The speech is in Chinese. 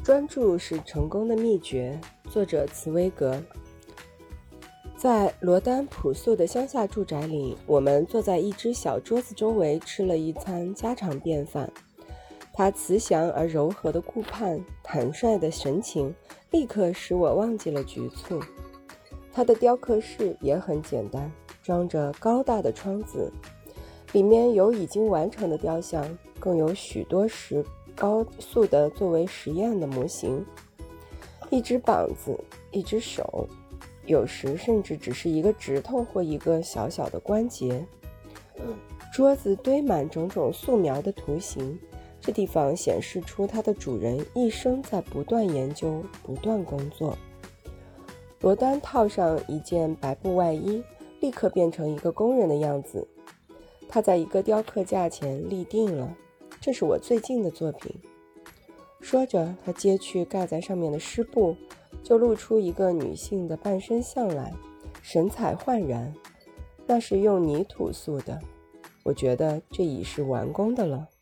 专注是成功的秘诀，作者茨威格。在罗丹朴素的乡下住宅里，我们坐在一只小桌子周围吃了一餐家常便饭。他慈祥而柔和的顾盼，坦率的神情，立刻使我忘记了局促。他的雕刻室也很简单，装着高大的窗子，里面有已经完成的雕像，更有许多石膏塑的作为实验的模型，一只膀子，一只手，有时甚至只是一个指头或一个小小的关节。桌子堆满种种素描的图形，这地方显示出它的主人一生在不断研究，不断工作。罗丹套上一件白布外衣，立刻变成一个工人的样子。他在一个雕刻架前立定了，这是我最近的作品。说着，他揭去盖在上面的湿布，就露出一个女性的半身像来，神采焕然。那是用泥土塑的，我觉得这已是完工的了。